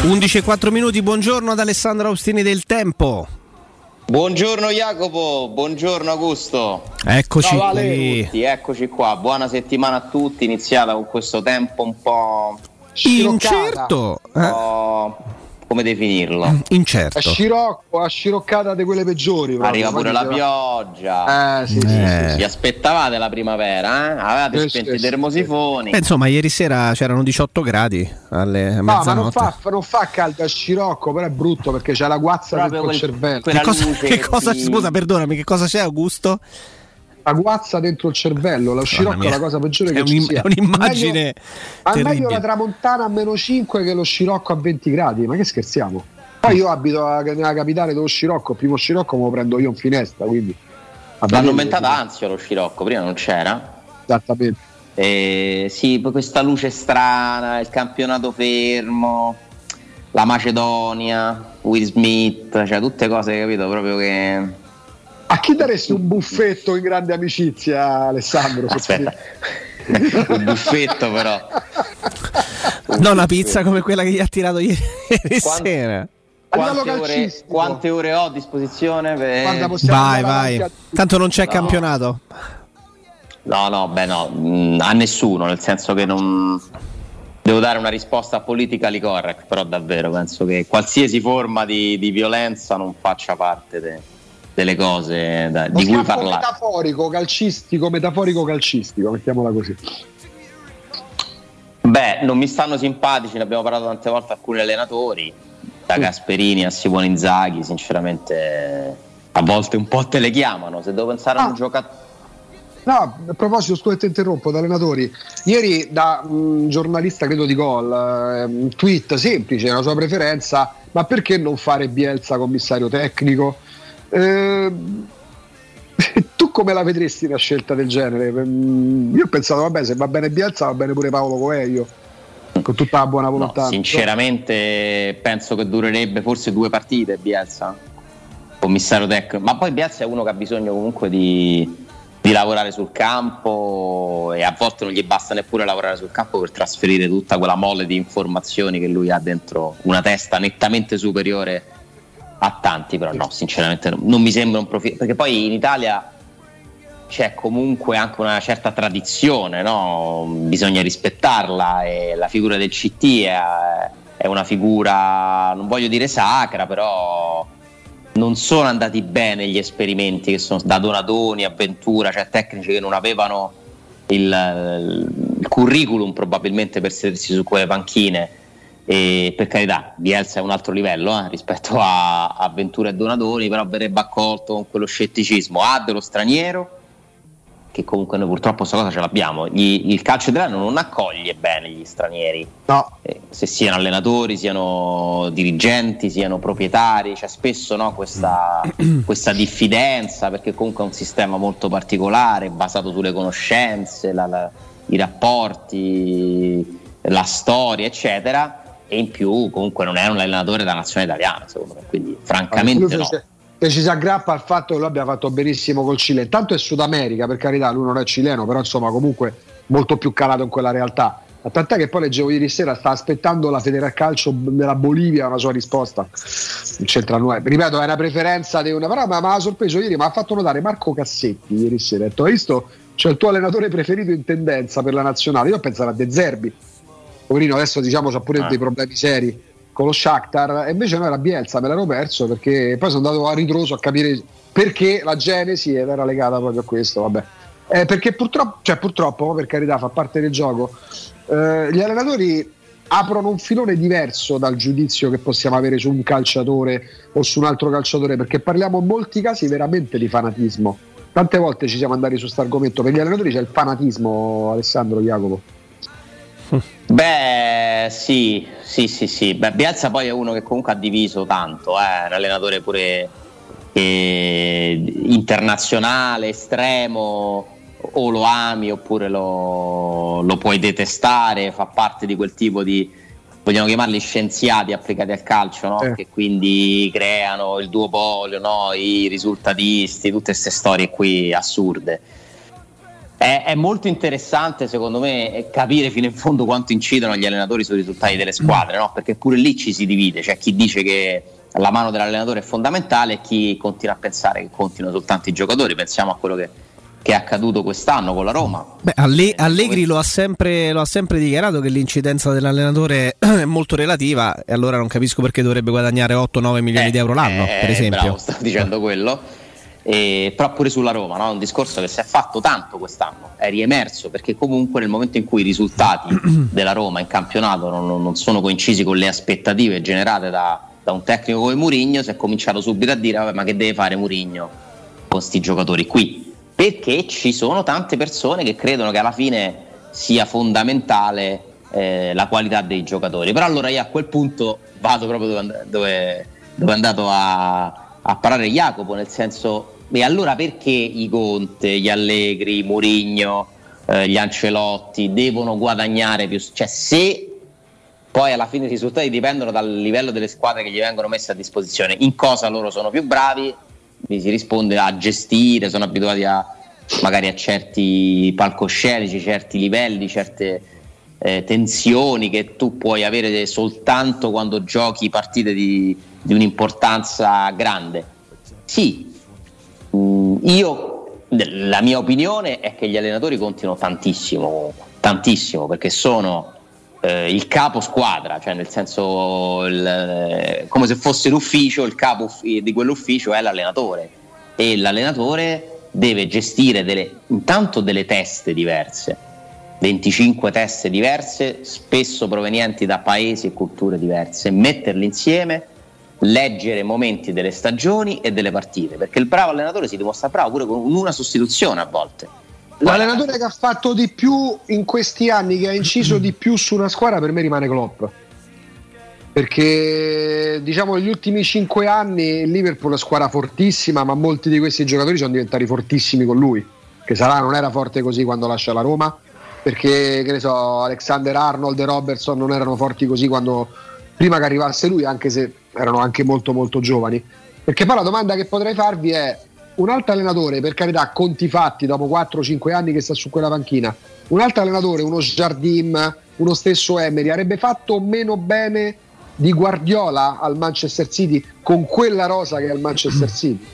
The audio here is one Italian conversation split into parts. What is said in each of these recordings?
11:04, buongiorno ad Alessandro Austini del Tempo. Buongiorno Jacopo, buongiorno Augusto. Eccoci qui. Eccoci qua, buona settimana a tutti, iniziata con questo tempo un po' incerto. Come definirlo? Incerto. A sciroccata di quelle peggiori. Arriva pure la pioggia. Sì. Vi aspettavate la primavera? Avevate spento i termosifoni. Insomma, ieri sera c'erano 18 gradi alle mezzanotte. Ma non fa caldo a scirocco, però è brutto perché c'è la guazza dentro il cervello. Scusa, perdonami, che cosa c'è, Augusto? La guazza dentro il cervello, lo scirocco è la cosa peggiore che ci sia. È un'immagine meglio la tramontana a -5 che lo scirocco a 20 gradi, ma che scherziamo? Poi io abito nella capitale dello scirocco, il primo scirocco me lo prendo io in finestra, quindi l'hanno inventato Anzio lo scirocco, prima non c'era. Esattamente. Sì, poi questa luce strana, il campionato fermo, la Macedonia, Will Smith, cioè tutte cose, capito, proprio che... A chi daresti un buffetto in grande amicizia, Alessandro? Aspetta, un buffetto però. Non una pizza come quella che gli ha tirato ieri sera. Quante ore ho a disposizione? Vai. Tanto non c'è campionato. No, a nessuno, nel senso che non... Devo dare una risposta politically correct, però davvero penso che qualsiasi forma di violenza non faccia parte delle cose di cui parlare. Metaforico calcistico, mettiamola così. Non mi stanno simpatici, ne abbiamo parlato tante volte alcuni allenatori, da Gasperini a Simone Inzaghi, sinceramente a volte un po' te le chiamano, se devo pensare a un giocatore. No, a proposito, scusa ti interrompo, da allenatori. Ieri da un giornalista, credo di Gol, un tweet semplice, la sua preferenza, ma perché non fare Bielsa commissario tecnico? Tu come la vedresti una scelta del genere? Io ho pensato, vabbè, se va bene Bielsa va bene pure Paolo Coelho, con tutta la buona volontà. Sinceramente penso che durerebbe forse 2 partite Bielsa commissario tecnico, ma poi Bielsa è uno che ha bisogno comunque di lavorare sul campo, e a volte non gli basta neppure lavorare sul campo per trasferire tutta quella mole di informazioni che lui ha dentro una testa nettamente superiore a tanti. Però no, sinceramente non mi sembra un profilo, perché poi in Italia c'è comunque anche una certa tradizione, no? Bisogna rispettarla, e la figura del CT è una figura, non voglio dire sacra, però non sono andati bene gli esperimenti che sono da Donadoni a Ventura, cioè tecnici che non avevano il curriculum probabilmente per sedersi su quelle panchine. E per carità, Bielsa è un altro livello rispetto a Ventura e Donadoni, però verrebbe accolto con quello scetticismo dello straniero, che comunque noi purtroppo questa cosa ce l'abbiamo. Il calcio italiano non accoglie bene gli stranieri, no. Se siano allenatori, siano dirigenti, siano proprietari, c'è spesso questa diffidenza, perché comunque è un sistema molto particolare, basato sulle conoscenze, i rapporti, la storia, eccetera. E in più comunque non è un allenatore della nazionale italiana, secondo me, quindi francamente no. E ci si aggrappa al fatto che lui abbia fatto benissimo col Cile. Intanto è Sud America, per carità, lui non è cileno, però insomma comunque molto più calato in quella realtà. Tant'è che poi leggevo ieri sera, sta aspettando la Federcalcio della Bolivia una sua risposta. Non c'entra nulla. Ripeto, è una preferenza di una, però mi ha sorpreso ieri, mi ha fatto notare Marco Cassetti ieri sera. Ha detto: hai visto? C'è il tuo allenatore preferito in tendenza per la nazionale. Io pensavo a De Zerbi. Poverino, adesso diciamo c'ha pure dei problemi seri con lo Shakhtar, e invece no, era Bielsa, me l'ero perso, perché poi sono andato a ritroso a capire perché la genesi era legata proprio a questo, vabbè. Perché purtroppo, per carità, fa parte del gioco, gli allenatori aprono un filone diverso dal giudizio che possiamo avere su un calciatore o su un altro calciatore, perché parliamo in molti casi veramente di fanatismo. Tante volte ci siamo andati su questo argomento. Per gli allenatori c'è il fanatismo, Alessandro, Jacopo. Sì. Bielsa poi è uno che comunque ha diviso tanto, è un allenatore pure internazionale, estremo, o lo ami oppure lo puoi detestare, fa parte di quel tipo di, vogliamo chiamarli scienziati applicati al calcio, no? Che quindi creano il duopolio, no? I risultatisti, tutte queste storie qui assurde. È molto interessante secondo me capire fino in fondo quanto incidono gli allenatori sui risultati delle squadre, no? Perché pure lì ci si divide, c'è chi dice che la mano dell'allenatore è fondamentale e chi continua a pensare che contino soltanto i giocatori. Pensiamo a quello che è accaduto quest'anno con la Roma. Beh, Allegri lo ha sempre dichiarato che l'incidenza dell'allenatore è molto relativa, e allora non capisco perché dovrebbe guadagnare 8-9 milioni di euro l'anno, per esempio. Bravo, sto dicendo quello. Però pure sulla Roma, no? È un discorso che si è fatto tanto quest'anno, è riemerso, perché comunque nel momento in cui i risultati della Roma in campionato non sono coincisi con le aspettative generate da un tecnico come Mourinho, si è cominciato subito a dire vabbè, ma che deve fare Mourinho con sti giocatori qui? Perché ci sono tante persone che credono che alla fine sia fondamentale la qualità dei giocatori. Però allora io a quel punto vado proprio dove è andato a parlare Jacopo, nel senso, e allora perché i Conte, gli Allegri, i Mourinho, gli Ancelotti devono guadagnare più? Cioè, se poi alla fine i risultati dipendono dal livello delle squadre che gli vengono messe a disposizione, in cosa loro sono più bravi, mi si risponde a gestire, sono abituati magari a certi palcoscenici, certi livelli, certe tensioni che tu puoi avere soltanto quando giochi partite di un'importanza grande. Sì, la mia opinione è che gli allenatori contino tantissimo, perché sono il capo squadra, cioè nel senso come se fosse l'ufficio, il capo di quell'ufficio è l'allenatore, e l'allenatore deve gestire intanto delle teste diverse, 25 teste diverse, spesso provenienti da paesi e culture diverse, metterli insieme, leggere momenti delle stagioni e delle partite, perché il bravo allenatore si dimostra bravo pure con una sostituzione a volte. L'allenatore che ha fatto di più in questi anni, che ha inciso di più su una squadra, per me rimane Klopp, perché diciamo negli ultimi 5 anni il Liverpool è una squadra fortissima, ma molti di questi giocatori sono diventati fortissimi con lui, che non era forte così quando lascia la Roma, perché che ne so, Alexander Arnold e Robertson non erano forti così prima che arrivasse lui, anche se erano anche molto molto giovani. Perché poi la domanda che potrei farvi è: un altro allenatore, per carità, conti fatti dopo 4-5 anni che sta su quella panchina, un altro allenatore, uno Jardim, uno stesso Emery, avrebbe fatto meno bene di Guardiola al Manchester City con quella rosa che è il Manchester City?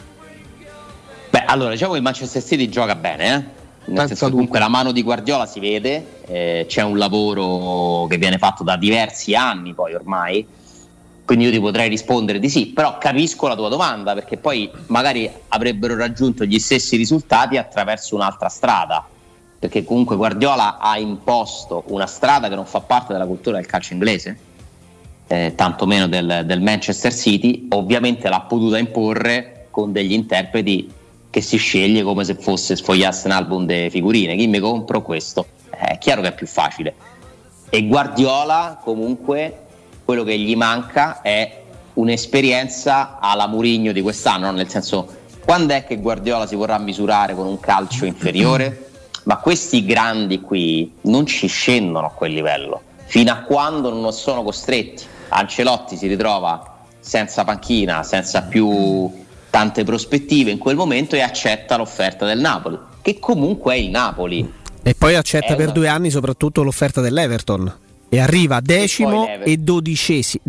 Beh, allora diciamo che il Manchester City gioca bene, nel senso che comunque la mano di Guardiola si vede, c'è un lavoro che viene fatto da diversi anni poi ormai, quindi io ti potrei rispondere di sì, però capisco la tua domanda, perché poi magari avrebbero raggiunto gli stessi risultati attraverso un'altra strada, perché comunque Guardiola ha imposto una strada che non fa parte della cultura del calcio inglese, tantomeno del Manchester City. Ovviamente l'ha potuta imporre con degli interpreti che si sceglie come se sfogliasse un album di figurine. Chi mi compro questo? È chiaro che è più facile. E Guardiola comunque quello che gli manca è un'esperienza alla Mourinho di quest'anno, no? Nel senso, quando è che Guardiola si vorrà misurare con un calcio inferiore? Ma questi grandi qui non ci scendono a quel livello fino a quando non sono costretti. Ancelotti si ritrova senza panchina, senza più tante prospettive in quel momento, e accetta l'offerta del Napoli, che comunque è il Napoli, e poi accetta per 2 anni soprattutto l'offerta dell'Everton, e arriva decimo e dodicesimo.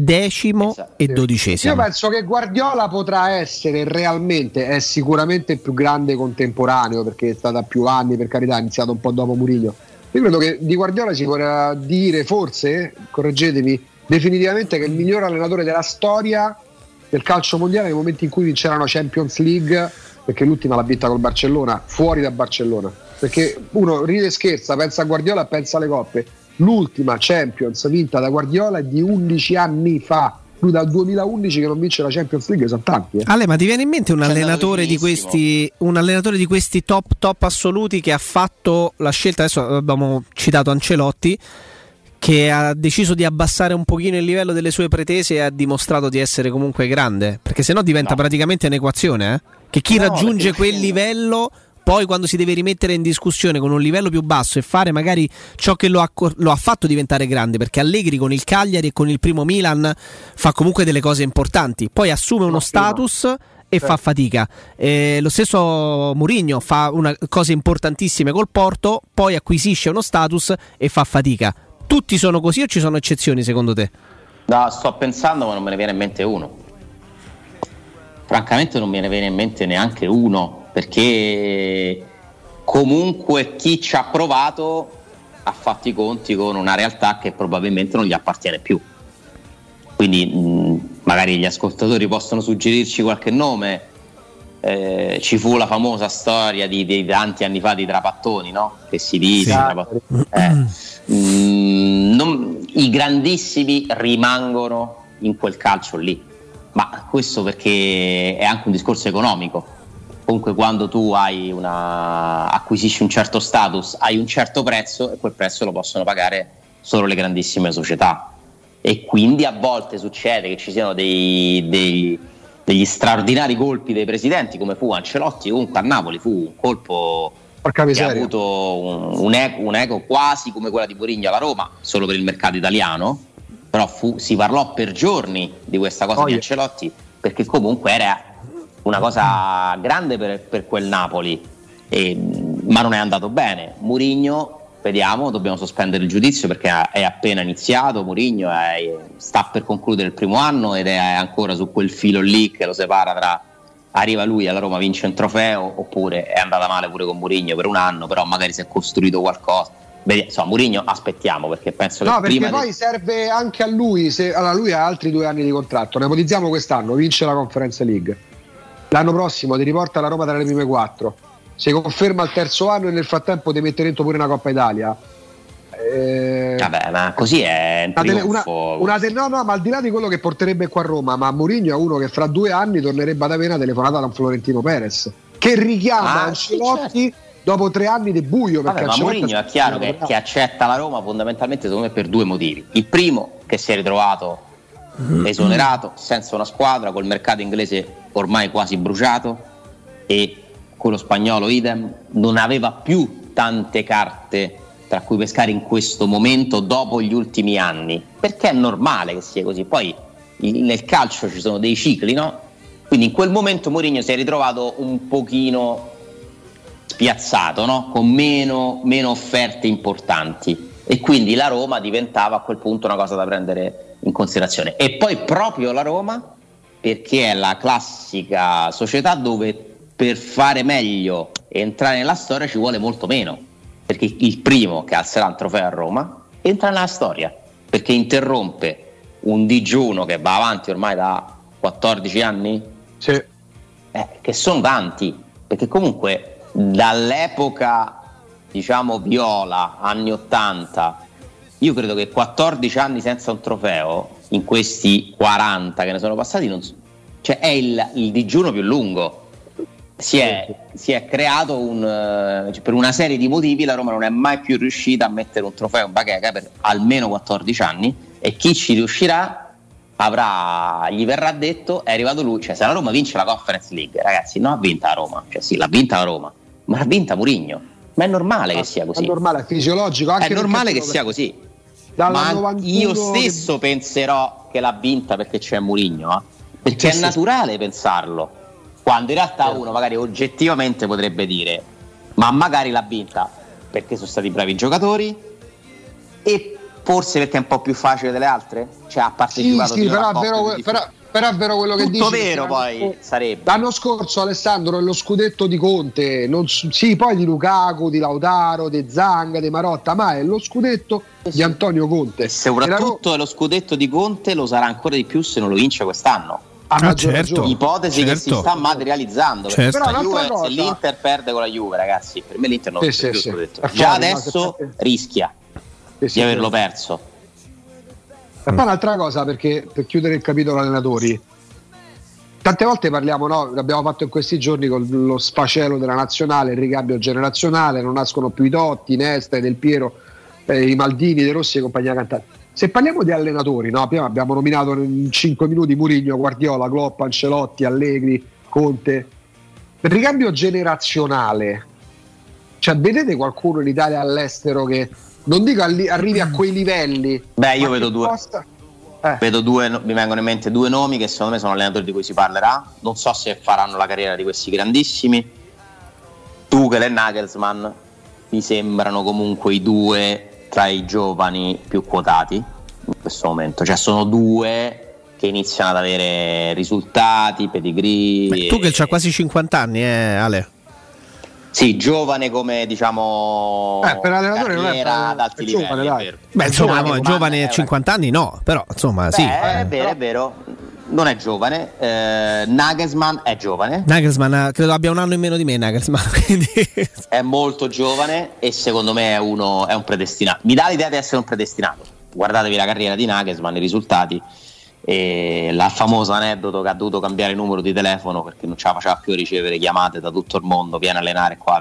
Io penso che Guardiola potrà essere realmente, è sicuramente il più grande contemporaneo, perché è stata più anni, per carità, ha iniziato un po' dopo Mourinho. Io credo che di Guardiola si potrà dire, forse, correggetemi, definitivamente che è il miglior allenatore della storia del calcio mondiale nei momenti in cui vinceranno Champions League, perché l'ultima l'ha vinta col Barcellona, fuori da Barcellona, perché uno ride e scherza, pensa a Guardiola e pensa alle coppe. L'ultima Champions vinta da Guardiola è di 11 anni fa. Lui dal 2011 che non vince la Champions League, sono tanti. Ale, ma ti viene in mente un allenatore di questi top assoluti che ha fatto la scelta? Adesso abbiamo citato Ancelotti, che ha deciso di abbassare un pochino il livello delle sue pretese e ha dimostrato di essere comunque grande, perché sennò diventa praticamente un'equazione, che chi raggiunge quel livello poi, quando si deve rimettere in discussione con un livello più basso e fare magari ciò che lo ha fatto diventare grande, perché Allegri con il Cagliari e con il primo Milan fa comunque delle cose importanti, poi assume uno status e fa fatica. Lo stesso Mourinho fa cose importantissime col Porto, poi acquisisce uno status e fa fatica. Tutti sono così o ci sono eccezioni secondo te? No, sto pensando ma non me ne viene in mente uno. Francamente non me ne viene in mente neanche uno, perché comunque chi ci ha provato ha fatto i conti con una realtà che probabilmente non gli appartiene più. Quindi magari gli ascoltatori possono suggerirci qualche nome. Ci fu la famosa storia di tanti anni fa di Trapattoni, no? Che si dice i grandissimi rimangono in quel calcio lì, ma questo perché è anche un discorso economico. Comunque quando tu acquisisci un certo status hai un certo prezzo, e quel prezzo lo possono pagare solo le grandissime società, e quindi a volte succede che ci siano degli straordinari colpi dei presidenti, come fu Ancelotti. Comunque a Napoli fu un colpo che ha avuto un eco quasi come quella di Mourinho alla Roma, solo per il mercato italiano, però si parlò per giorni di questa cosa di Ancelotti, perché comunque era una cosa grande per quel Napoli, ma non è andato bene. Mourinho, vediamo, dobbiamo sospendere il giudizio perché è appena iniziato. Mourinho sta per concludere il primo anno ed è ancora su quel filo lì che lo separa tra arriva lui alla Roma, vince un trofeo, oppure è andata male pure con Mourinho per un anno, però magari si è costruito qualcosa. Insomma, Mourinho aspettiamo, perché penso che perché poi serve anche a lui. Allora lui ha altri 2 anni di contratto, ne ipotizziamo quest'anno, vince la Conference League, l'anno prossimo ti riporta la Roma tra le prime 4, si conferma il terzo anno e nel frattempo ti mette dentro pure una Coppa Italia. Vabbè, ma così è un trionfo. Ma al di là di quello che porterebbe qua a Roma, ma Mourinho è uno che fra 2 anni tornerebbe ad avere una telefonata da un Florentino Perez che richiama Ancelotti, certo, dopo 3 anni di buio. Vabbè, ma Mourinho è chiaro che accetta la Roma fondamentalmente secondo me per 2 motivi. Il primo, che si è ritrovato esonerato, senza una squadra, col mercato inglese ormai quasi bruciato, e quello spagnolo idem, non aveva più tante carte tra cui pescare in questo momento dopo gli ultimi anni, perché è normale che sia così. Poi nel calcio ci sono dei cicli, no? Quindi in quel momento Mourinho si è ritrovato un pochino spiazzato, no? Con meno offerte importanti, e quindi la Roma diventava a quel punto una cosa da prendere in considerazione. E poi proprio la Roma, perché è la classica società dove per fare meglio e entrare nella storia ci vuole molto meno, perché il primo che alzerà un trofeo a Roma entra nella storia, perché interrompe un digiuno che va avanti ormai da 14 anni, sì. Che sono tanti, perché comunque dall'epoca diciamo viola, anni 80, io credo che 14 anni senza un trofeo in questi 40 che ne sono passati è il digiuno più lungo. Si è creato per una serie di motivi la Roma non è mai più riuscita a mettere un trofeo in bacheca per almeno 14 anni, e chi ci riuscirà gli verrà detto è arrivato lui. Cioè, se la Roma vince la Conference League, ragazzi, non ha vinta la Roma, cioè sì, l'ha vinta la Roma, ma l'ha vinta Mourinho, ma è normale che sia così, è normale, è fisiologico, anche è normale che sia così. Ma io stesso penserò che l'ha vinta perché c'è Mourinho, perché è naturale pensarlo, quando in realtà uno magari oggettivamente potrebbe dire ma magari l'ha vinta perché sono stati bravi giocatori, e forse perché è un po' più facile delle altre, cioè ha partecipato però è vero quello che dici. Tutto vero, poi sarebbe. L'anno scorso Alessandro è lo scudetto di Conte, poi di Lukaku, di Lautaro, di Zanga, di Marotta, ma è lo scudetto di Antonio Conte, e soprattutto è lo scudetto di Conte, lo sarà ancora di più se non lo vince quest'anno. Certo, ipotesi che si sta materializzando, certo. Però se l'Inter perde con la Juve, ragazzi, per me l'Inter non più scudetto. Già adesso rischia di averlo perso. E poi un'altra cosa, perché per chiudere il capitolo allenatori, tante volte parliamo, no? L'abbiamo fatto in questi giorni con lo sfacelo della nazionale, il ricambio generazionale, non nascono più i Totti, Nesta, Del Piero, i Maldini, De Rossi e compagnia cantante. Se parliamo di allenatori, no? Abbiamo nominato in 5 minuti Mourinho, Guardiola, Klopp, Ancelotti, Allegri, Conte. Il ricambio generazionale, cioè vedete qualcuno in Italia, all'estero, che non dico arrivi a quei livelli? Beh, io vedo Vedo mi vengono in mente due nomi che secondo me sono allenatori di cui si parlerà. Non so se faranno la carriera di questi grandissimi. Tuchel e Nagelsmann mi sembrano comunque i due tra i giovani più quotati in questo momento. Cioè sono due che iniziano ad avere risultati, pedigree. Tuchel c'ha quasi 50 anni, Ale. Sì, giovane come diciamo per allenatore non è ad alti livelli, giovane, è Beh, insomma, giovane a 50 anni no, però insomma sì. È vero, non è giovane. Nagelsmann è giovane. Nagelsmann credo abbia un anno in meno di me, Nagelsmann, quindi è molto giovane e secondo me è un predestinato. Mi dà l'idea di essere un predestinato. Guardatevi la carriera di Nagelsmann, i risultati. E la famosa aneddoto che ha dovuto cambiare il numero di telefono perché non ce la faceva più a ricevere chiamate da tutto il mondo, viene a allenare qua.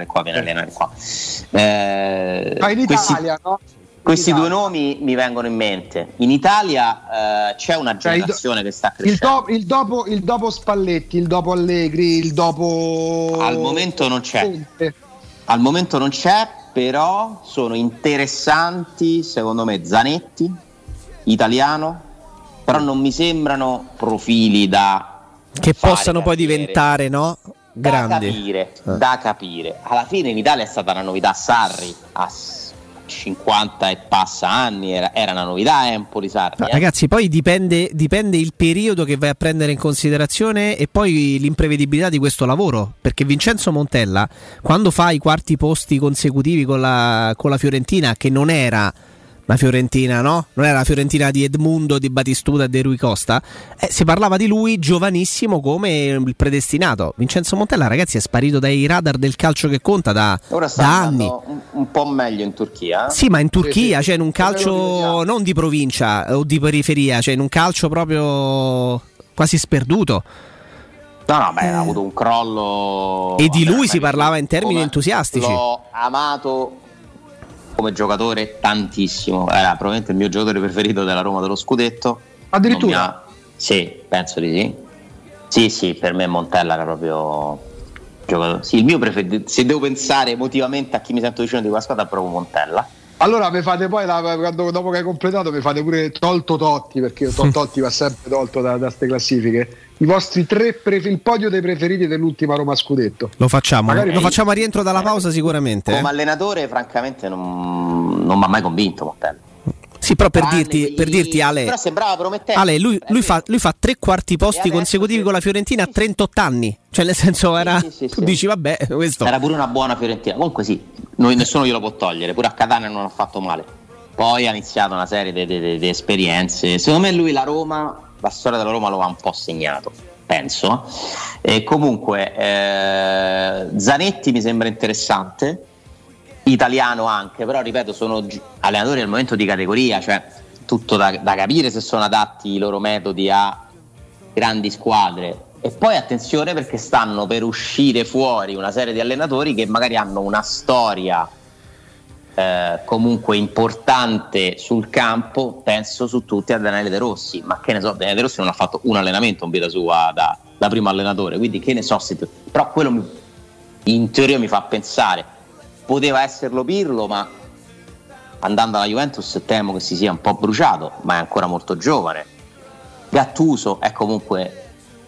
Ma in Italia questi due nomi mi vengono in mente. In Italia c'è una generazione che sta crescendo. Il dopo Spalletti, il dopo Allegri, il dopo al momento non c'è, però sono interessanti secondo me Zanetti, italiano, però non mi sembrano profili che possano poi diventare grandi. Da capire. Alla fine in Italia è stata una novità Sarri a 50 e passa anni, era una novità Empoli Sarri. Ragazzi, poi dipende il periodo che vai a prendere in considerazione e poi l'imprevedibilità di questo lavoro, perché Vincenzo Montella quando fa i quarti posti consecutivi con la Fiorentina, che non era la Fiorentina, no? Non era la Fiorentina di Edmundo, di Batistuta e di Rui Costa. Si parlava di lui giovanissimo come il predestinato. Vincenzo Montella, ragazzi, è sparito dai radar del calcio che conta da anni. Un po' meglio in Turchia. Sì, ma in Turchia, cioè in un calcio non di provincia o di periferia, cioè in un calcio proprio quasi sperduto. Ha avuto un crollo. E di lui si parlava in termini entusiastici. L'ho amato come giocatore tantissimo, era probabilmente il mio giocatore preferito della Roma dello scudetto. Addirittura? Sì, penso di sì. Sì, per me Montella era proprio giocatore. Sì, il mio preferito. Se devo pensare emotivamente a chi mi sento vicino di quella squadra, è proprio Montella. Allora mi fate poi dopo che hai completato mi fate pure tolto Totti, perché Totti va sempre tolto da queste classifiche. I vostri il podio dei preferiti dell'ultima Roma scudetto. Lo facciamo a rientro dalla pausa sicuramente. Come allenatore francamente non mi ha mai convinto Montella. Sì, però per dirti Ale, però sembrava promettente. Ale, lui fa 3 quarti posti consecutivi con la Fiorentina a 38 anni. Cioè nel senso era tu dici vabbè, questo era pure una buona Fiorentina. Comunque sì, nessuno glielo può togliere, pure a Catania non ha fatto male. Poi ha iniziato una serie di esperienze. Secondo me lui la storia della Roma lo ha un po' segnato, penso. E comunque Zanetti mi sembra interessante, italiano anche, però ripeto sono allenatori al momento di categoria, cioè tutto da capire se sono adatti i loro metodi a grandi squadre. E poi attenzione perché stanno per uscire fuori una serie di allenatori che magari hanno una storia comunque importante sul campo. Penso su tutti a Daniele De Rossi, ma che ne so, Daniele De Rossi non ha fatto un allenamento in vita sua da primo allenatore, quindi che ne so però quello in teoria mi fa pensare poteva esserlo Pirlo, ma andando alla Juventus temo che si sia un po' bruciato, ma è ancora molto giovane. Gattuso è comunque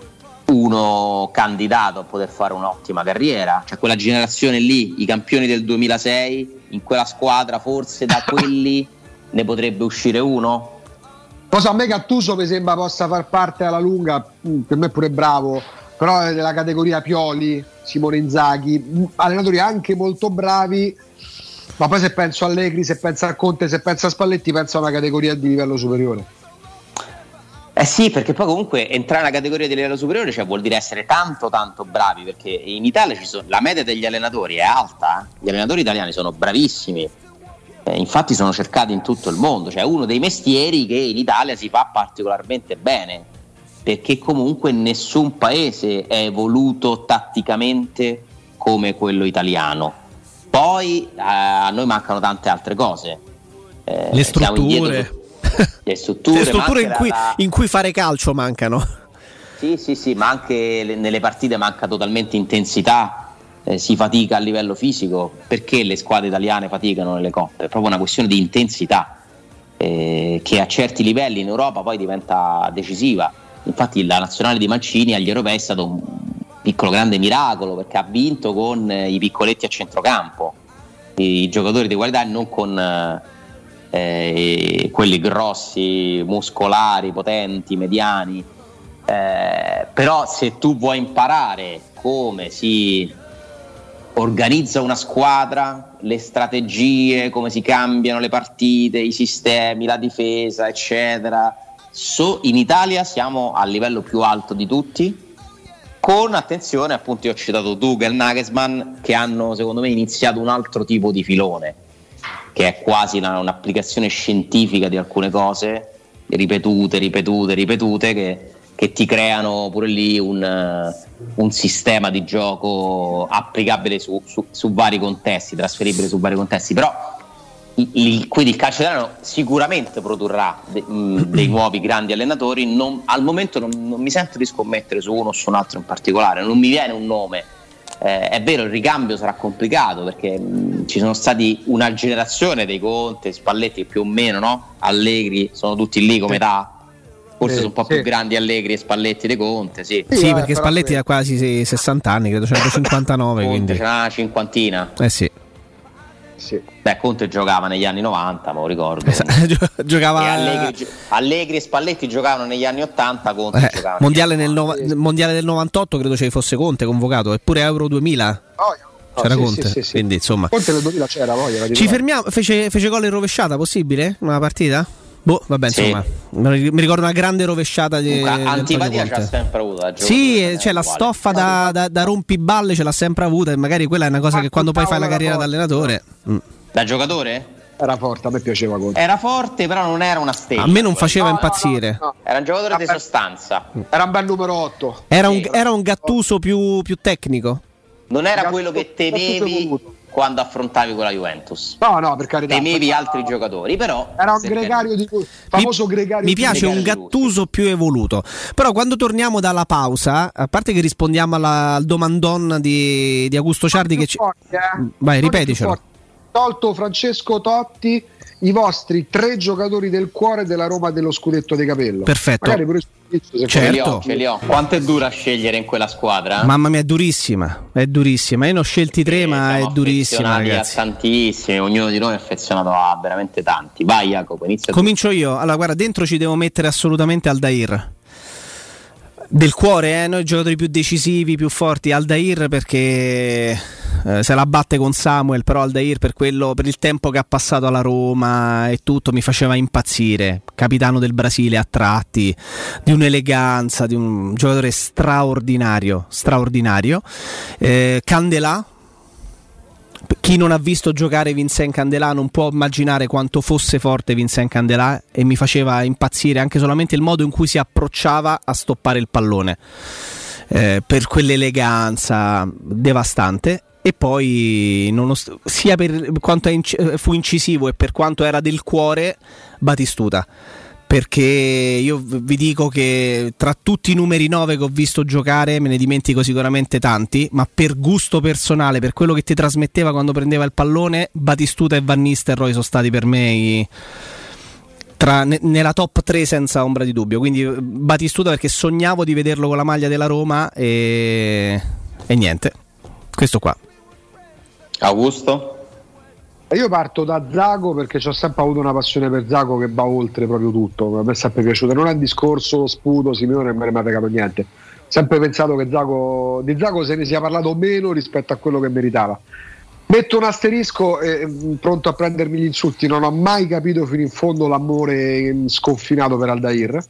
uno candidato a poter fare un'ottima carriera, cioè quella generazione lì, i campioni del 2006, in quella squadra forse da quelli ne potrebbe uscire uno. Cosa a me Gattuso mi sembra possa far parte alla lunga, per me pure bravo, però è della categoria Pioli, Simone Inzaghi, allenatori anche molto bravi, ma poi se penso a Allegri, se penso a Conte, se penso a Spalletti, penso a una categoria di livello superiore. Sì, perché poi comunque entrare nella categoria di livello superiore vuol dire essere tanto bravi, perché in Italia la media degli allenatori è alta, gli allenatori italiani sono bravissimi, infatti sono cercati in tutto il mondo, cioè uno dei mestieri che in Italia si fa particolarmente bene, perché comunque nessun paese è evoluto tatticamente come quello italiano. Poi a noi mancano tante altre cose, le strutture in cui fare calcio mancano. Sì, ma anche nelle partite manca totalmente intensità, si fatica a livello fisico. Perché le squadre italiane faticano nelle coppe? È proprio una questione di intensità. che a certi livelli in Europa poi diventa decisiva. Infatti la nazionale di Mancini agli europei è stato un piccolo grande miracolo, perché ha vinto con i piccoletti a centrocampo, i giocatori di qualità, non con quelli grossi, muscolari, potenti, mediani. Però se tu vuoi imparare come si organizza una squadra, le strategie, come si cambiano le partite, i sistemi, la difesa, eccetera, in Italia siamo al livello più alto di tutti, con, attenzione, appunto io ho citato Tuchel, Nagelsmann, che hanno secondo me iniziato un altro tipo di filone, che è quasi un'applicazione scientifica di alcune cose ripetute che ti creano pure lì un sistema di gioco applicabile su vari contesti, trasferibile su vari contesti. Però quindi il calcio italiano sicuramente produrrà dei nuovi grandi allenatori. Al momento non mi sento di scommettere su uno o su un altro in particolare, non mi viene un nome. È vero, il ricambio sarà complicato, perché ci sono stati una generazione dei Conte, Spalletti, più o meno, no? Allegri, sono tutti lì come età. Forse sono un po' più grandi Allegri e Spalletti dei Conte, sì, perché Spalletti ha quasi 60 anni, credo 159, quindi c'era una cinquantina. Sì. Beh, Conte giocava negli anni 90, me lo ricordo. Giocava Allegri e Spalletti giocavano negli anni 80, Conte giocava mondiale del 98, credo ci fosse Conte convocato, eppure Euro 2000 c'era Conte. Quindi insomma Conte nel 2000 c'era voglia. Ci fermiamo, fece gol in rovesciata, possibile? Una partita? Vabbè, insomma, mi ricordo una grande rovesciata di antipatia ce l'ha sempre avuta. Sì, c'è la stoffa da rompiballe, ce l'ha sempre avuta, e magari quella è una cosa che quando poi fai la carriera da allenatore. Da giocatore? Era forte, a me piaceva Conte. Era forte, però non era una stella. A me non faceva impazzire. No. Era un giocatore di sostanza. Era un bel numero 8. Era un Gattuso più tecnico. Non era quello che temevi quando affrontavi con la Juventus. No, per carità. Temevi altri giocatori, però era un gregario famoso gregario. Mi piace un Gattuso più evoluto. Però quando torniamo dalla pausa, a parte che rispondiamo al domandon di Augusto Ciardi che vai, ripeticelo. Tolto Francesco Totti, i vostri 3 giocatori del cuore della Roma dello scudetto di Capello. Perfetto. Magari pure certo. Ce li ho. Quanto è dura scegliere in quella squadra? Mamma mia, è durissima. Io ne ho scelti 3, ma è durissima, ragazzi. A tantissimi, ognuno di noi è affezionato a veramente tanti. Vai Jacopo, inizia. Comincio io. Allora, guarda, dentro ci devo mettere assolutamente Aldair. Del cuore, noi giocatori più decisivi, più forti. Aldair perché se la batte con Samuel, però Aldair per il tempo che ha passato alla Roma e tutto mi faceva impazzire. Capitano del Brasile a tratti, di un'eleganza, di un giocatore straordinario. Candelà. Chi non ha visto giocare Vincent Candelà non può immaginare quanto fosse forte Vincent Candelà, e mi faceva impazzire anche solamente il modo in cui si approcciava a stoppare il pallone, per quell'eleganza devastante. E poi sia per quanto fu incisivo e per quanto era del cuore, Batistuta, perché io vi dico che tra tutti i numeri 9 che ho visto giocare me ne dimentico sicuramente tanti, ma per gusto personale, per quello che ti trasmetteva quando prendeva il pallone, Batistuta e Van Nistelrooy sono stati per me nella top 3 senza ombra di dubbio. Quindi Batistuta perché sognavo di vederlo con la maglia della Roma e niente, questo qua. Augusto? Io parto da Zago perché ho sempre avuto una passione per Zago che va oltre proprio tutto. A me è sempre piaciuto, non è un discorso sputo, Simeone non me ne ha fregato niente. Sempre pensato che di Zago se ne sia parlato meno rispetto a quello che meritava. Metto un asterisco, pronto a prendermi gli insulti, non ho mai capito fino in fondo l'amore sconfinato per Aldair.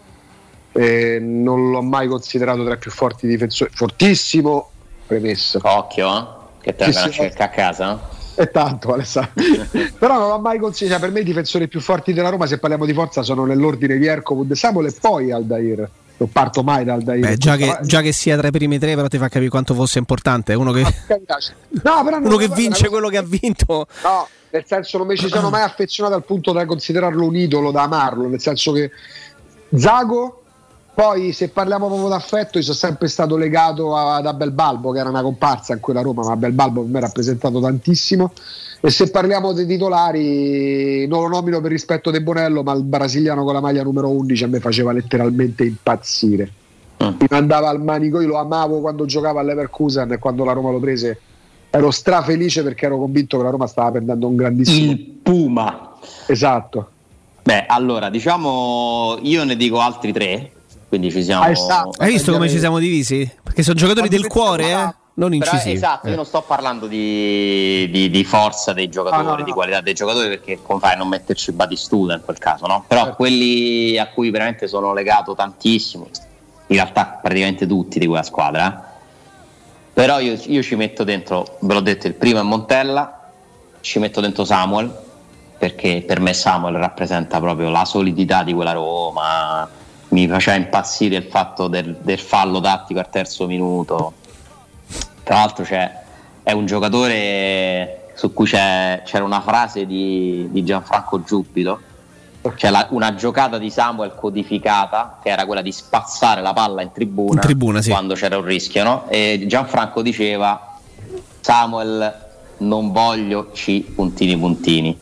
Non l'ho mai considerato tra i più forti difensori. Fortissimo, premesso. Occhio, che te la cerca a casa. È tanto, Alessandro. Però non l'ho mai considerato. Per me i difensori più forti della Roma, se parliamo di forza, sono nell'ordine di Erko, Samuel e poi Aldair. Non parto mai da Aldair. Già che sia tra i primi 3, però ti fa capire quanto fosse importante. Uno che, uno che vince quello che ha vinto. No, nel senso non mi ci sono mai affezionato al punto da considerarlo un idolo, da amarlo. Nel senso che Zago, poi se parliamo proprio d'affetto, io sono sempre stato legato ad Abel Balbo, che era una comparsa in quella Roma, ma Abel Balbo per me ha rappresentato tantissimo. E se parliamo dei titolari, non lo nomino per rispetto di Bonello, ma il brasiliano con la maglia numero 11 a me faceva letteralmente impazzire. Mi mandava al manico, io lo amavo quando giocava all'Leverkusen, e quando la Roma lo prese ero strafelice perché ero convinto che la Roma stava prendendo un grandissimo... Il Puma. Esatto. Beh, allora, diciamo, io ne dico altri 3, quindi ci siamo... Hai visto come ci siamo divisi? Perché sono giocatori del cuore, non incisivi. Esatto, io non sto parlando di forza dei giocatori, no. di qualità dei giocatori, perché come fai a non metterci Batistuta in quel caso, no? Però quelli a cui veramente sono legato tantissimo, in realtà praticamente tutti di quella squadra, però io ci metto dentro, ve l'ho detto, il primo è Montella, ci metto dentro Samuel, perché per me Samuel rappresenta proprio la solidità di quella Roma. Mi faceva impazzire il fatto del fallo tattico al terzo minuto. Tra l'altro è un giocatore su cui c'era una frase di Gianfranco Giubbito, una giocata di Samuel codificata, che era quella di spazzare la palla in tribuna sì, quando c'era un rischio, no? E Gianfranco diceva: Samuel, non voglio C puntini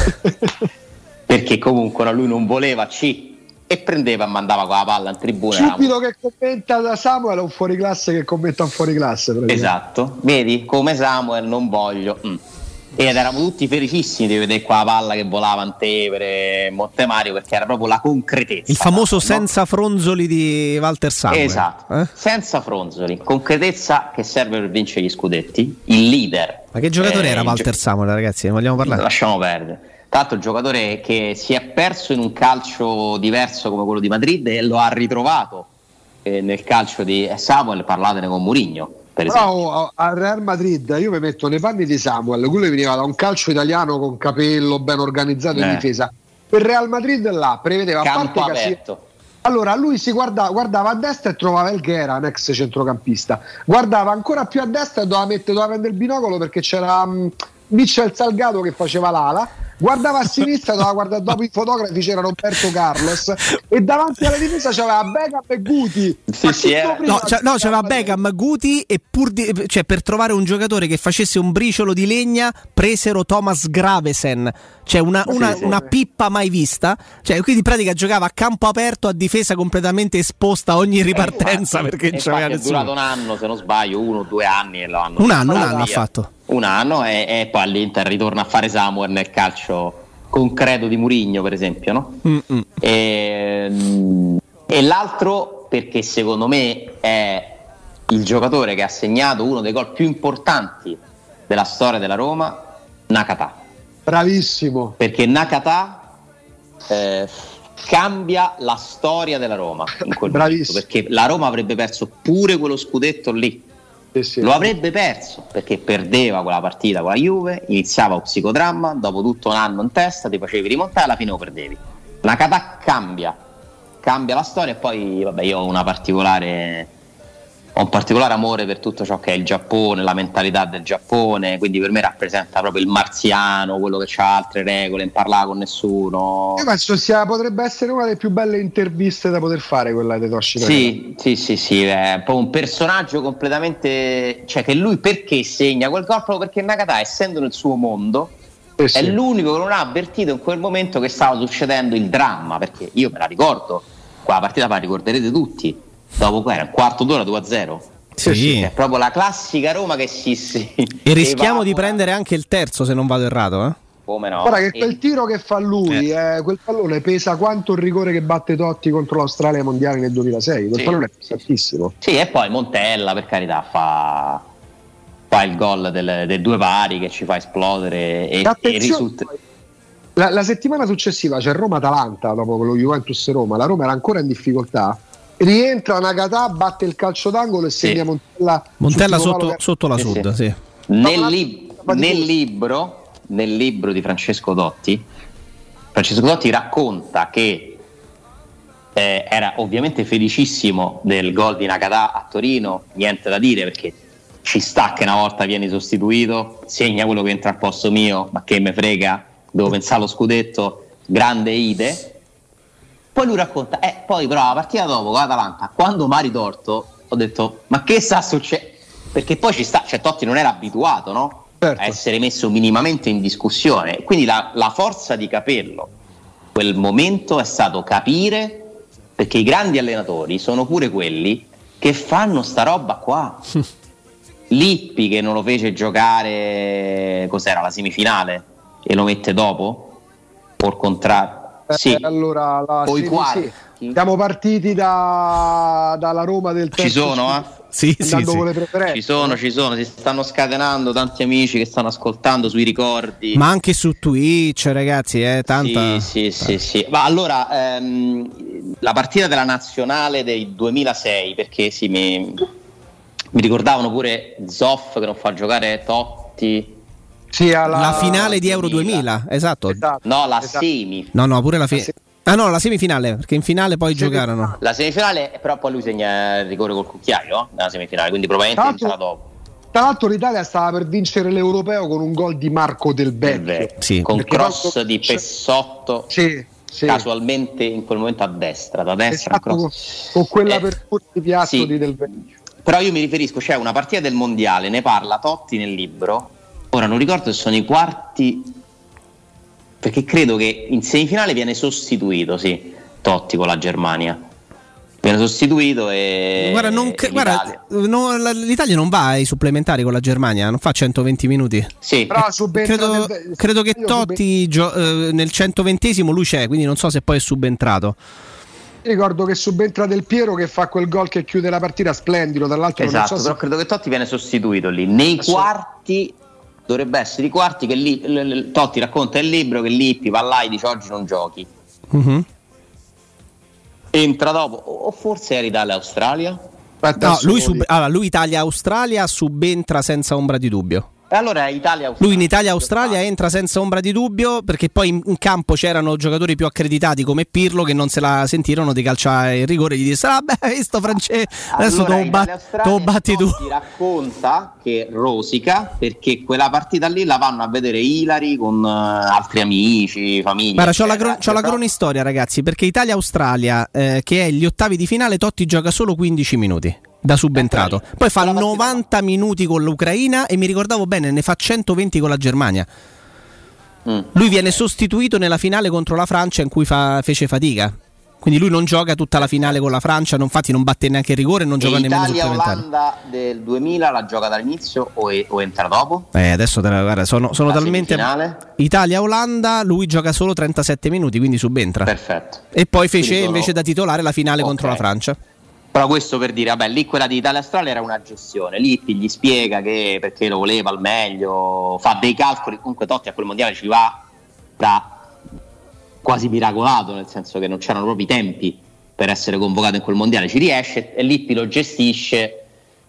perché comunque lui non voleva C e prendeva e mandava con la palla in tribuna. Giubbito che commenta da Samuel è un fuoriclasse che commenta un fuoriclasse. Esatto, vedi come Samuel non voglio. Ed eravamo tutti felicissimi di vedere qua la palla che volava in Tevere, Montemario, perché era proprio la concretezza. Il famoso senza fronzoli di Walter Samuel. Esatto, senza fronzoli, concretezza che serve per vincere gli scudetti. Il leader. Ma che giocatore era Walter Samuel, ragazzi? Ne vogliamo parlare? Lasciamo perdere. Tanto il giocatore che si è perso in un calcio diverso come quello di Madrid e lo ha ritrovato nel calcio di Samuel. Parlatene con Mourinho. Però al Real Madrid io mi metto nei panni di Samuel, quello veniva da un calcio italiano con capello ben organizzato in difesa. Per Real Madrid là prevedeva campo aperto. Allora lui si guardava a destra e trovava Elghera, un ex centrocampista, guardava ancora più a destra e doveva prendere il binocolo perché c'era Michel Salgado che faceva l'ala, guardava a sinistra, doveva guardare dopo i fotografi, c'era Roberto Carlos e davanti alla difesa c'aveva Beckham e Guti. C'aveva Beckham, Guti e per trovare un giocatore che facesse un briciolo di legna presero Thomas Gravesen, cioè una pippa mai vista, cioè quindi in pratica giocava a campo aperto, a difesa completamente esposta a ogni ripartenza, perché non c'aveva nessuno. È durato un anno, se non sbaglio, 1 o 2 anni e lo hanno un anno ha fatto. Un anno e poi all'Inter ritorna a fare Samuel nel calcio concreto di Mourinho, per esempio, no? E l'altro perché secondo me è il giocatore che ha segnato uno dei gol più importanti della storia della Roma, Nakata. Bravissimo, perché Nakata cambia la storia della Roma in quel momento, perché la Roma avrebbe perso pure quello scudetto lì. Lo avrebbe perso perché perdeva quella partita con la Juve, iniziava un psicodramma, dopo tutto un anno in testa ti facevi rimontare e alla fine lo perdevi. Nakata cambia la storia. E poi vabbè, io ho un particolare amore per tutto ciò che è il Giappone, la mentalità del Giappone, quindi per me rappresenta proprio il marziano, quello che ha altre regole, non parla con nessuno. Io penso potrebbe essere una delle più belle interviste da poter fare, quella di Toshi. Sì, è proprio un personaggio completamente, cioè che lui perché segna quel gol? Proprio perché Nakata, essendo nel suo mondo, è l'unico che non ha avvertito in quel momento che stava succedendo il dramma, perché io me la ricordo, quella partita la ricorderete tutti. Dopo era un quarto d'ora 2-0. Sì. È proprio la classica Roma che e rischiamo di prendere anche il terzo, se non vado errato, Come no? Guarda che quel tiro che fa lui, quel pallone pesa quanto il rigore che batte Totti contro l'Australia ai mondiali nel 2006. Quel pallone è pesantissimo. Sì, e poi Montella, per carità, fa il gol del 2 pari che ci fa esplodere e risulta. La settimana successiva c'è Roma-Atalanta, dopo quello Juventus-Roma. La Roma era ancora in difficoltà. Rientra Nakata, batte il calcio d'angolo e segna Montella sotto la Sud. Sì. Nel libro di Francesco Totti racconta che era ovviamente felicissimo del gol di Nakata a Torino, niente da dire perché ci sta che una volta vieni sostituito, segna quello che entra al posto mio, ma che me frega, devo pensare allo scudetto, grande Ide. Poi lui racconta, poi però la partita dopo con l'Atalanta, quando Mari torto, ho detto, ma che sta succedendo? Perché poi cioè Totti non era abituato, no? Certo. A essere messo minimamente in discussione. Quindi la forza di capirlo, quel momento è stato capire, perché i grandi allenatori sono pure quelli che fanno sta roba qua. Lippi che non lo fece giocare, cos'era, la semifinale, e lo mette dopo? Por contrario. Sì. Allora, o i quarti. Sì. Siamo partiti dalla Roma del Ci sono, Sì. Con le preferenze. Ci sono, si stanno scatenando tanti amici che stanno ascoltando sui ricordi. Ma anche su Twitch, ragazzi, tanta. Sì. Ma allora, la partita della nazionale del 2006, perché sì, mi ricordavano pure Zoff che non fa giocare Totti. Sì, la finale di Euro 2000, esatto. No, la semi. No, pure la finale. Ah no, la semifinale, perché in finale poi giocarono. La semifinale, però poi lui segna il rigore col cucchiaio, no? Nella semifinale, quindi probabilmente entra dopo. Tra l'altro l'Italia stava per vincere l'Europeo con un gol di Marco Del Vecchio. Sì. Con cross di Pessotto. Sì. Casualmente in quel momento da destra, esatto, con quella apertura di piatto di Del Vecchio. Però io mi riferisco, c'è una partita del mondiale, ne parla Totti nel libro. Ora non ricordo se sono i quarti, perché credo che in semifinale viene sostituito, sì, Totti con la Germania. Viene sostituito e l'Italia non va ai supplementari con la Germania, non fa 120 minuti. Sì. Però credo che Totti nel 120esimo lui c'è, quindi non so se poi è subentrato. Ricordo che subentra Del Piero che fa quel gol che chiude la partita splendido, tra l'altro. Esatto, però credo che Totti viene sostituito lì. Nei quarti dovrebbe essere i quarti che Totti racconta nel libro che Lippi va là e dice oggi non giochi. Mm-hmm. Entra dopo, o forse era Italia-Australia? No, lui Italia-Australia subentra senza ombra di dubbio. E allora Italia-Australia. Lui in Italia-Australia entra senza ombra di dubbio, perché poi in campo c'erano giocatori più accreditati come Pirlo che non se la sentirono di calciare il rigore e gli disse visto Francesco, adesso te lo batti tu. Ti racconta che rosica perché quella partita lì la vanno a vedere Ilari con altri amici, famiglia. Guarda, c'ho la cronistoria, ragazzi, perché Italia-Australia che è gli ottavi di finale, Totti gioca solo 15 minuti da subentrato, poi fa 90 minuti con l'Ucraina e mi ricordavo bene, ne fa 120 con la Germania. Lui viene sostituito nella finale contro la Francia in cui fece fatica, quindi lui non gioca tutta la finale con la Francia, infatti non batte neanche il rigore, non gioca nemmeno supplementare. Italia-Olanda del 2000 la gioca dall'inizio o entra dopo? Adesso guarda, sono talmente Italia-Olanda, lui gioca solo 37 minuti, quindi subentra. Perfetto. E poi fece invece da titolare la finale contro la Francia. Però questo per dire, vabbè, lì quella di Italia-Australia era una gestione, Lippi gli spiega che perché lo voleva al meglio, fa dei calcoli, comunque Totti a quel mondiale ci va da quasi miracolato, nel senso che non c'erano proprio i tempi per essere convocato in quel mondiale, ci riesce e Lippi lo gestisce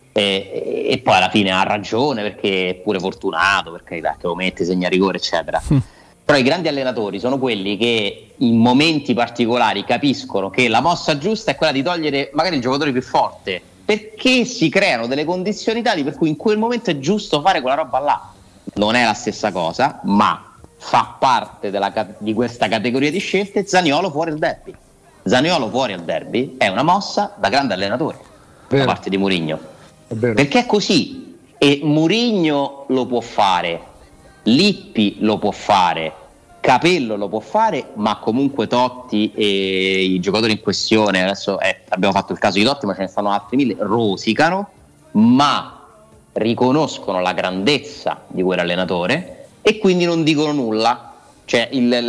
e poi alla fine ha ragione perché è pure fortunato, perché lo mette, segna rigore eccetera. Però i grandi allenatori sono quelli che in momenti particolari capiscono che la mossa giusta è quella di togliere magari il giocatore più forte, perché si creano delle condizioni tali per cui in quel momento è giusto fare quella roba là. Non è la stessa cosa, ma fa parte di questa categoria di scelte. Zaniolo fuori al derby. Zaniolo fuori al derby è una mossa da grande allenatore da parte di Mourinho, perché è così, e Mourinho lo può fare, Lippi lo può fare, Capello lo può fare, ma comunque Totti e i giocatori in questione, adesso abbiamo fatto il caso di Totti ma ce ne stanno altri mille, rosicano, ma riconoscono la grandezza di quell'allenatore e quindi non dicono nulla, cioè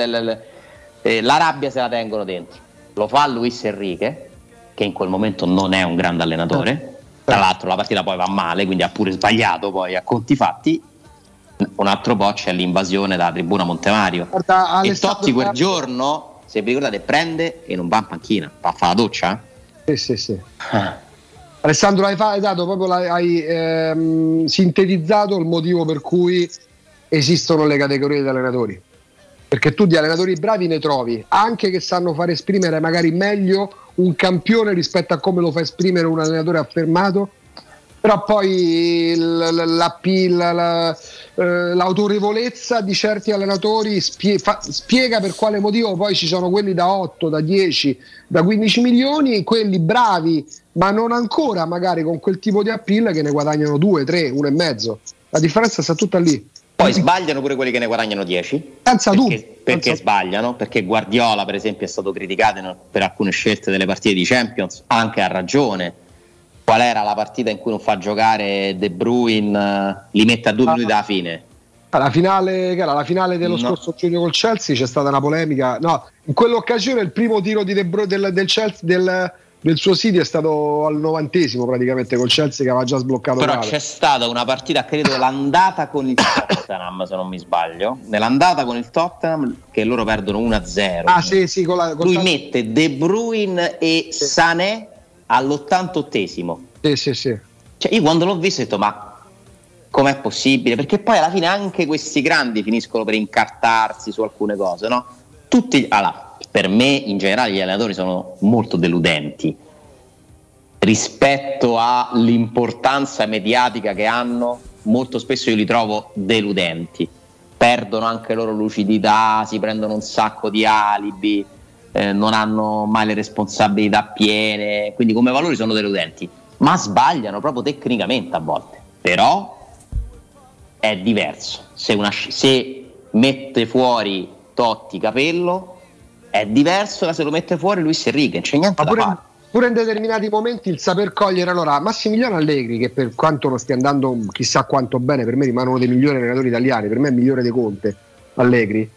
la rabbia se la tengono dentro. Lo fa Luis Enrique, che in quel momento non è un grande allenatore, tra l'altro la partita poi va male, quindi ha pure sbagliato poi a conti fatti. Un altro po' c'è l'invasione dalla tribuna Montemario. E Totti quel giorno, se vi ricordate, prende e non va in panchina, va a fare la doccia. Sì. Alessandro, hai sintetizzato il motivo per cui esistono le categorie di allenatori, perché tu di allenatori bravi ne trovi anche che sanno fare esprimere magari meglio un campione rispetto a come lo fa esprimere un allenatore affermato, Però poi l'autorevolezza di certi allenatori spiega per quale motivo poi ci sono quelli da 8, da 10, da 15 milioni, quelli bravi ma non ancora magari con quel tipo di appeal che ne guadagnano 2, 3, 1,5. La differenza sta tutta lì. Poi sbagliano pure quelli che ne guadagnano 10 perché sbagliano, perché Guardiola per esempio è stato criticato per alcune scelte delle partite di Champions, anche a ragione. Qual era la partita in cui non fa giocare De Bruyne, li mette a 2 minuti dalla fine? La finale dello scorso giugno col Chelsea, c'è stata una polemica. No, in quell'occasione il primo tiro di De Bruyne del Chelsea del suo City è stato al 90esimo praticamente col Chelsea che aveva già sbloccato. Però c'è stata una partita, credo l'andata con il Tottenham se non mi sbaglio, nell'andata con il Tottenham che loro perdono 1-0. Sì, lui mette De Bruyne e Sané all'88esimo. Sì. Cioè io quando l'ho visto ho detto ma com'è possibile? Perché poi alla fine anche questi grandi finiscono per incartarsi su alcune cose, no? Per me in generale gli allenatori sono molto deludenti rispetto all'importanza mediatica che hanno. Molto spesso io li trovo deludenti, perdono anche loro lucidità, si prendono un sacco di alibi, non hanno mai le responsabilità piene, quindi come valori sono deludenti, ma sbagliano proprio tecnicamente a volte. Però è diverso se mette fuori Totti, Capello è diverso da se lo mette fuori Luis Enrique, non c'è niente da fare. Pure in determinati momenti il saper cogliere. Allora Massimiliano Allegri, che per quanto non stia andando chissà quanto bene, per me rimane uno dei migliori allenatori italiani, per me è migliore di Conte Allegri,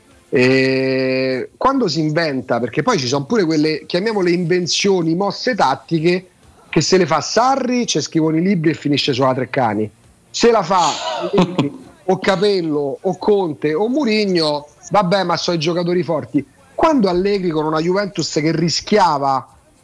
quando si inventa, perché poi ci sono pure quelle, chiamiamole invenzioni, mosse tattiche, che se le fa Sarri ci scrivono i libri e finisce sulla Treccani, se la fa Allegri o Capello o Conte o Mourinho, vabbè, ma sono i giocatori forti. Quando Allegri con una Juventus che rischiava,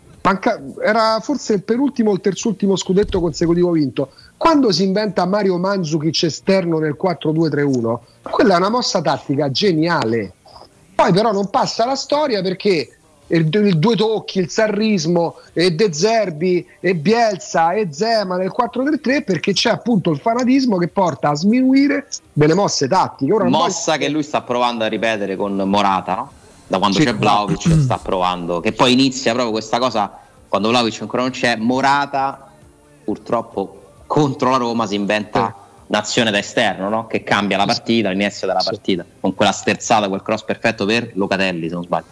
era forse il penultimo o il terzultimo scudetto consecutivo vinto, quando si inventa Mario Mandzukic esterno nel 4-2-3-1, quella è una mossa tattica geniale. Poi però non passa alla storia perché il due tocchi, il sarrismo e De Zerbi e Bielsa e Zema nel 4-3-3, perché c'è appunto il fanatismo che porta a sminuire delle mosse tattiche. Ora mossa che lui sta provando a ripetere con Morata, no? Da quando c'è Vlahovic sta provando, che poi inizia proprio questa cosa quando Vlahovic ancora non c'è. Morata purtroppo contro la Roma si inventa un'azione da esterno, no? Che cambia la partita, l'inizio della partita, con quella sterzata, quel cross perfetto per Locatelli se non sbaglio.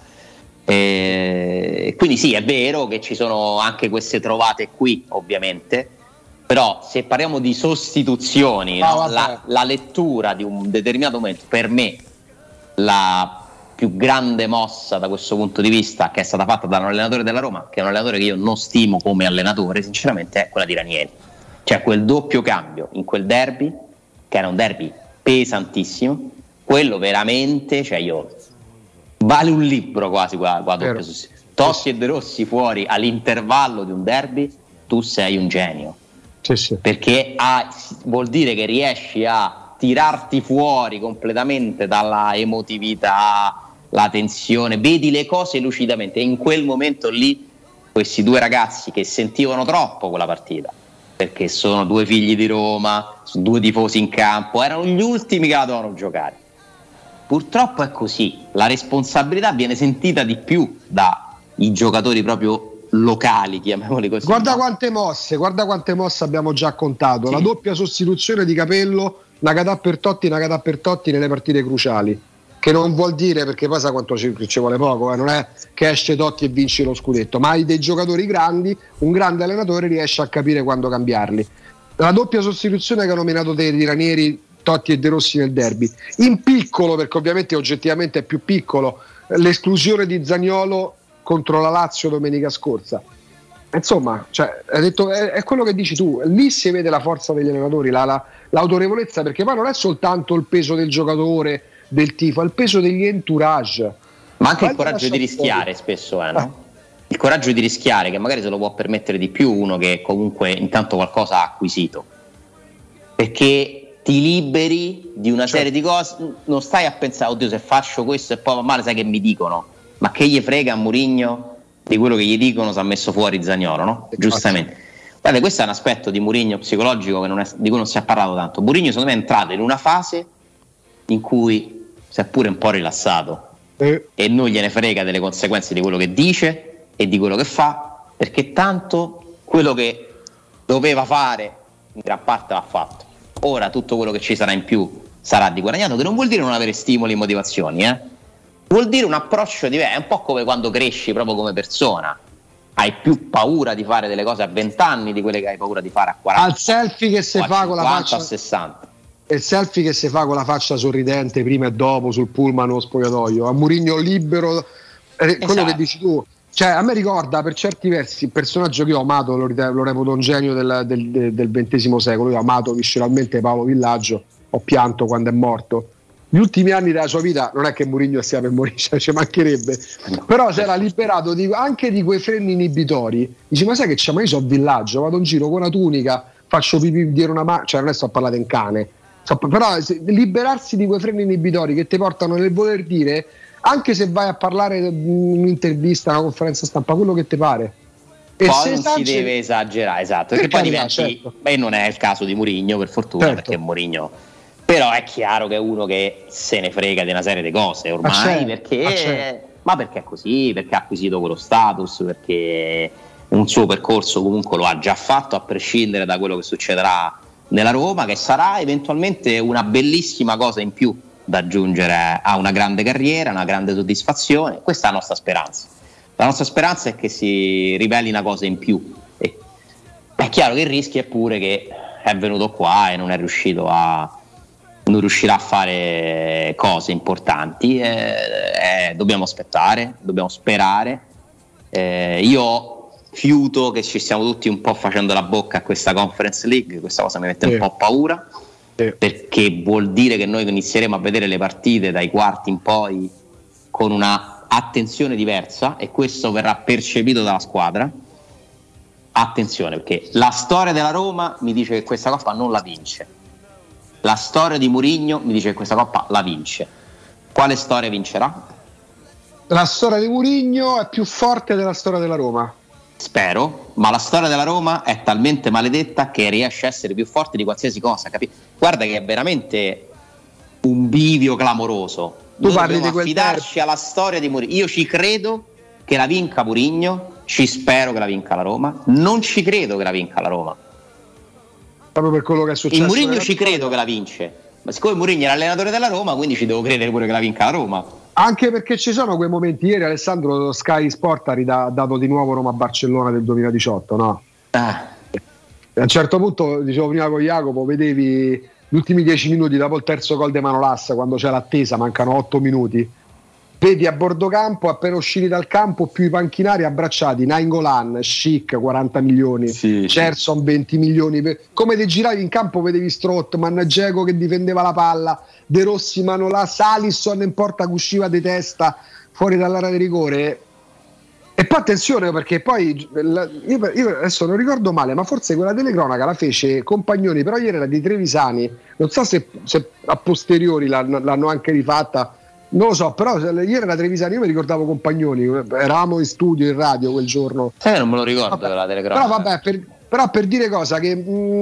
Quindi sì, è vero che ci sono anche queste trovate qui ovviamente, però se parliamo di sostituzioni, no? La lettura di un determinato momento, per me la più grande mossa da questo punto di vista che è stata fatta da un allenatore della Roma, che è un allenatore che io non stimo come allenatore sinceramente, è quella di Ranieri. Cioè quel doppio cambio in quel derby, che era un derby pesantissimo, quello veramente, cioè vale un libro quasi qua doppia sostituzione. Totti e De Rossi fuori all'intervallo di un derby, tu sei un genio. Sì. Perché vuol dire che riesci a tirarti fuori completamente dalla emotività, la tensione, vedi le cose lucidamente. E in quel momento lì questi due ragazzi che sentivano troppo quella partita, perché sono due figli di Roma, sono due tifosi in campo, erano gli ultimi che la dovevano giocare. Purtroppo è così, la responsabilità viene sentita di più dai giocatori proprio locali, chiamiamoli così. Guarda quante mosse abbiamo già contato. Sì. La doppia sostituzione di Capello, Nakata per Totti nelle partite cruciali, che non vuol dire, perché poi sa quanto ci vuole poco, non è che esce Totti e vinci lo scudetto, ma hai dei giocatori grandi, un grande allenatore riesce a capire quando cambiarli. La doppia sostituzione che ha nominato te di Ranieri, Totti e De Rossi nel derby, in piccolo, perché ovviamente oggettivamente è più piccolo, l'esclusione di Zaniolo contro la Lazio domenica scorsa. Insomma, cioè, è quello che dici tu, lì si vede la forza degli allenatori, l'autorevolezza, perché poi non è soltanto il peso del giocatore, del tifo, è il peso degli entourage, ma anche il coraggio di rischiare spesso, no? Il coraggio di rischiare, che magari se lo può permettere di più uno che comunque intanto qualcosa ha acquisito, perché ti liberi di una serie di cose, non stai a pensare oddio se faccio questo e poi va male sai che mi dicono, ma che gli frega a Mourinho di quello che gli dicono se ha messo fuori Zaniolo, no? Giustamente. Guarda, questo è un aspetto di Mourinho psicologico di cui non si è parlato tanto. Mourinho secondo me è entrato in una fase in cui si è pure un po' rilassato e non gliene frega delle conseguenze di quello che dice e di quello che fa, perché tanto quello che doveva fare in gran parte l'ha fatto. Ora tutto quello che ci sarà in più sarà di guadagnato, che non vuol dire non avere stimoli e motivazioni, vuol dire un approccio diverso. È un po' come quando cresci proprio come persona, hai più paura di fare delle cose a 20 anni di quelle che hai paura di fare a 40. Al selfie che si fa con la faccia a 60. Il selfie che si fa con la faccia sorridente prima e dopo sul pullman o spogliatoio, a Mourinho libero, quello che dici tu. Cioè, a me ricorda per certi versi il personaggio che io ho amato, lo reputo un genio del XX secolo. Io ho amato visceralmente Paolo Villaggio, ho pianto quando è morto. Gli ultimi anni della sua vita non è che Mourinho stia per morire, cioè, ci mancherebbe, però si era liberato anche di quei freni inibitori. Dici, ma sai che c'è? Ma io so Villaggio, vado in giro con una tunica, faccio pipì dietro una mano, cioè non è sto a parlare in cane, però liberarsi di quei freni inibitori che ti portano nel voler dire, anche se vai a parlare in un'intervista, una conferenza stampa, quello che ti pare. E poi non si deve esagerare, esatto, perché poi diventi, certo. Beh, non è il caso di Mourinho, per fortuna, certo. Perché Mourinho, però è chiaro che è uno che se ne frega di una serie di cose ormai, perché ma perché è così, perché ha acquisito quello status, perché un suo percorso comunque lo ha già fatto, a prescindere da quello che succederà nella Roma, che sarà eventualmente una bellissima cosa in più da aggiungere a una grande carriera, una grande soddisfazione. Questa è la nostra speranza. La nostra speranza è che si riveli una cosa in più. E è chiaro che il rischio è pure che è venuto qua e non riuscirà a fare cose importanti. Dobbiamo aspettare, dobbiamo sperare. Io fiuto che ci stiamo tutti un po' facendo la bocca a questa Conference League, questa cosa mi mette un po' paura, perché vuol dire che noi inizieremo a vedere le partite dai quarti in poi con una attenzione diversa, e questo verrà percepito dalla squadra. Attenzione, perché la storia della Roma mi dice che questa Coppa non la vince, la storia di Mourinho mi dice che questa Coppa la vince. Quale storia vincerà? La storia di Mourinho è più forte della storia della Roma. Spero, ma la storia della Roma è talmente maledetta che riesce a essere più forte di qualsiasi cosa, guarda che è veramente un bivio clamoroso. Tu parli dobbiamo affidarci alla storia di Mourinho. Io ci credo che la vinca Mourinho, ci spero che la vinca la Roma, non ci credo che la vinca la Roma. Proprio per quello che è successo. In Mourinho ci credo che la vince, ma siccome Mourinho è l'allenatore della Roma, quindi ci devo credere pure che la vinca la Roma. Anche perché ci sono quei momenti. Ieri Alessandro Sky Sport ha dato di nuovo Roma-Barcellona del 2018, no? A un certo punto, dicevo prima con Jacopo, vedevi gli ultimi 10 minuti dopo il terzo gol di Manolas, quando c'è l'attesa, mancano 8 minuti, vedi a bordo campo, appena usciti dal campo, più i panchinari abbracciati, Nainggolan, Schick 40 milioni, Gerson 20 milioni, come ti giravi in campo vedevi Strootman, Dzeko che difendeva la palla, De Rossi, Manolas, Alisson in porta che usciva di testa fuori dall'area di rigore. E poi attenzione, perché poi io adesso non ricordo male, ma forse quella telecronaca la fece Compagnoni, però ieri era di Trevisani, non so se a posteriori l'hanno anche rifatta, non lo so, però ieri era Trevisani, io mi ricordavo Compagnoni, eravamo in studio in radio quel giorno. Non me lo ricordo la telecronaca. Però vabbè, però per dire cosa, che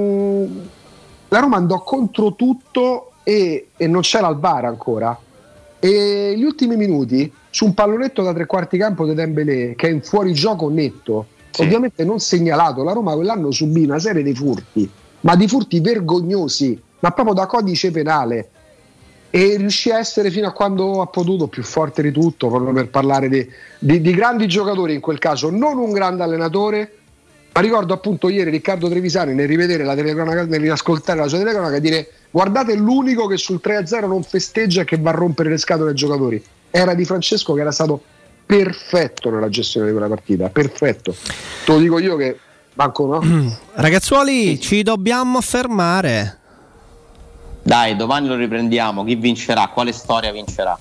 la Roma andò contro tutto e non c'era il VAR ancora, e gli ultimi minuti su un pallonetto da tre quarti campo di Dembélé che è in fuorigioco netto, ovviamente non segnalato, la Roma quell'anno subì una serie di furti, ma di furti vergognosi, ma proprio da codice penale, e riuscì a essere fino a quando ha potuto più forte di tutto, proprio per parlare di grandi giocatori in quel caso, non un grande allenatore. Ma ricordo appunto ieri Riccardo Trevisani nel rivedere la telecronaca, nel riascoltare la sua telecronaca, dire: guardate, l'unico che sul 3-0 non festeggia e che va a rompere le scatole ai giocatori. Era Di Francesco, che era stato perfetto nella gestione di quella partita, perfetto. Te lo dico io che manco, no? Ragazzuoli, ci dobbiamo fermare. Dai, domani lo riprendiamo. Chi vincerà? Quale storia vincerà?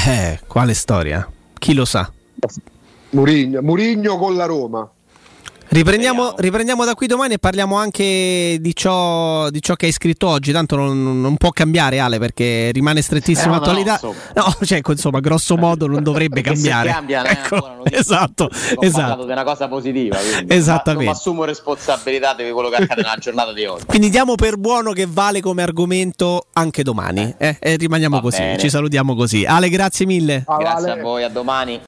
Quale storia? Chi lo sa? Mourinho con la Roma. Riprendiamo da qui domani e parliamo anche di ciò che hai scritto oggi. Tanto non può cambiare, Ale, perché rimane strettissima attualità. Insomma, grosso modo non dovrebbe cambiare. Se cambia, ecco, esatto. Ho parlato di una cosa positiva, esattamente. Non assumo responsabilità di quello che accade nella giornata di oggi. Quindi diamo per buono che vale come argomento anche domani. E rimaniamo così. Bene. Ci salutiamo così. Ale, grazie mille. Grazie a voi, a domani.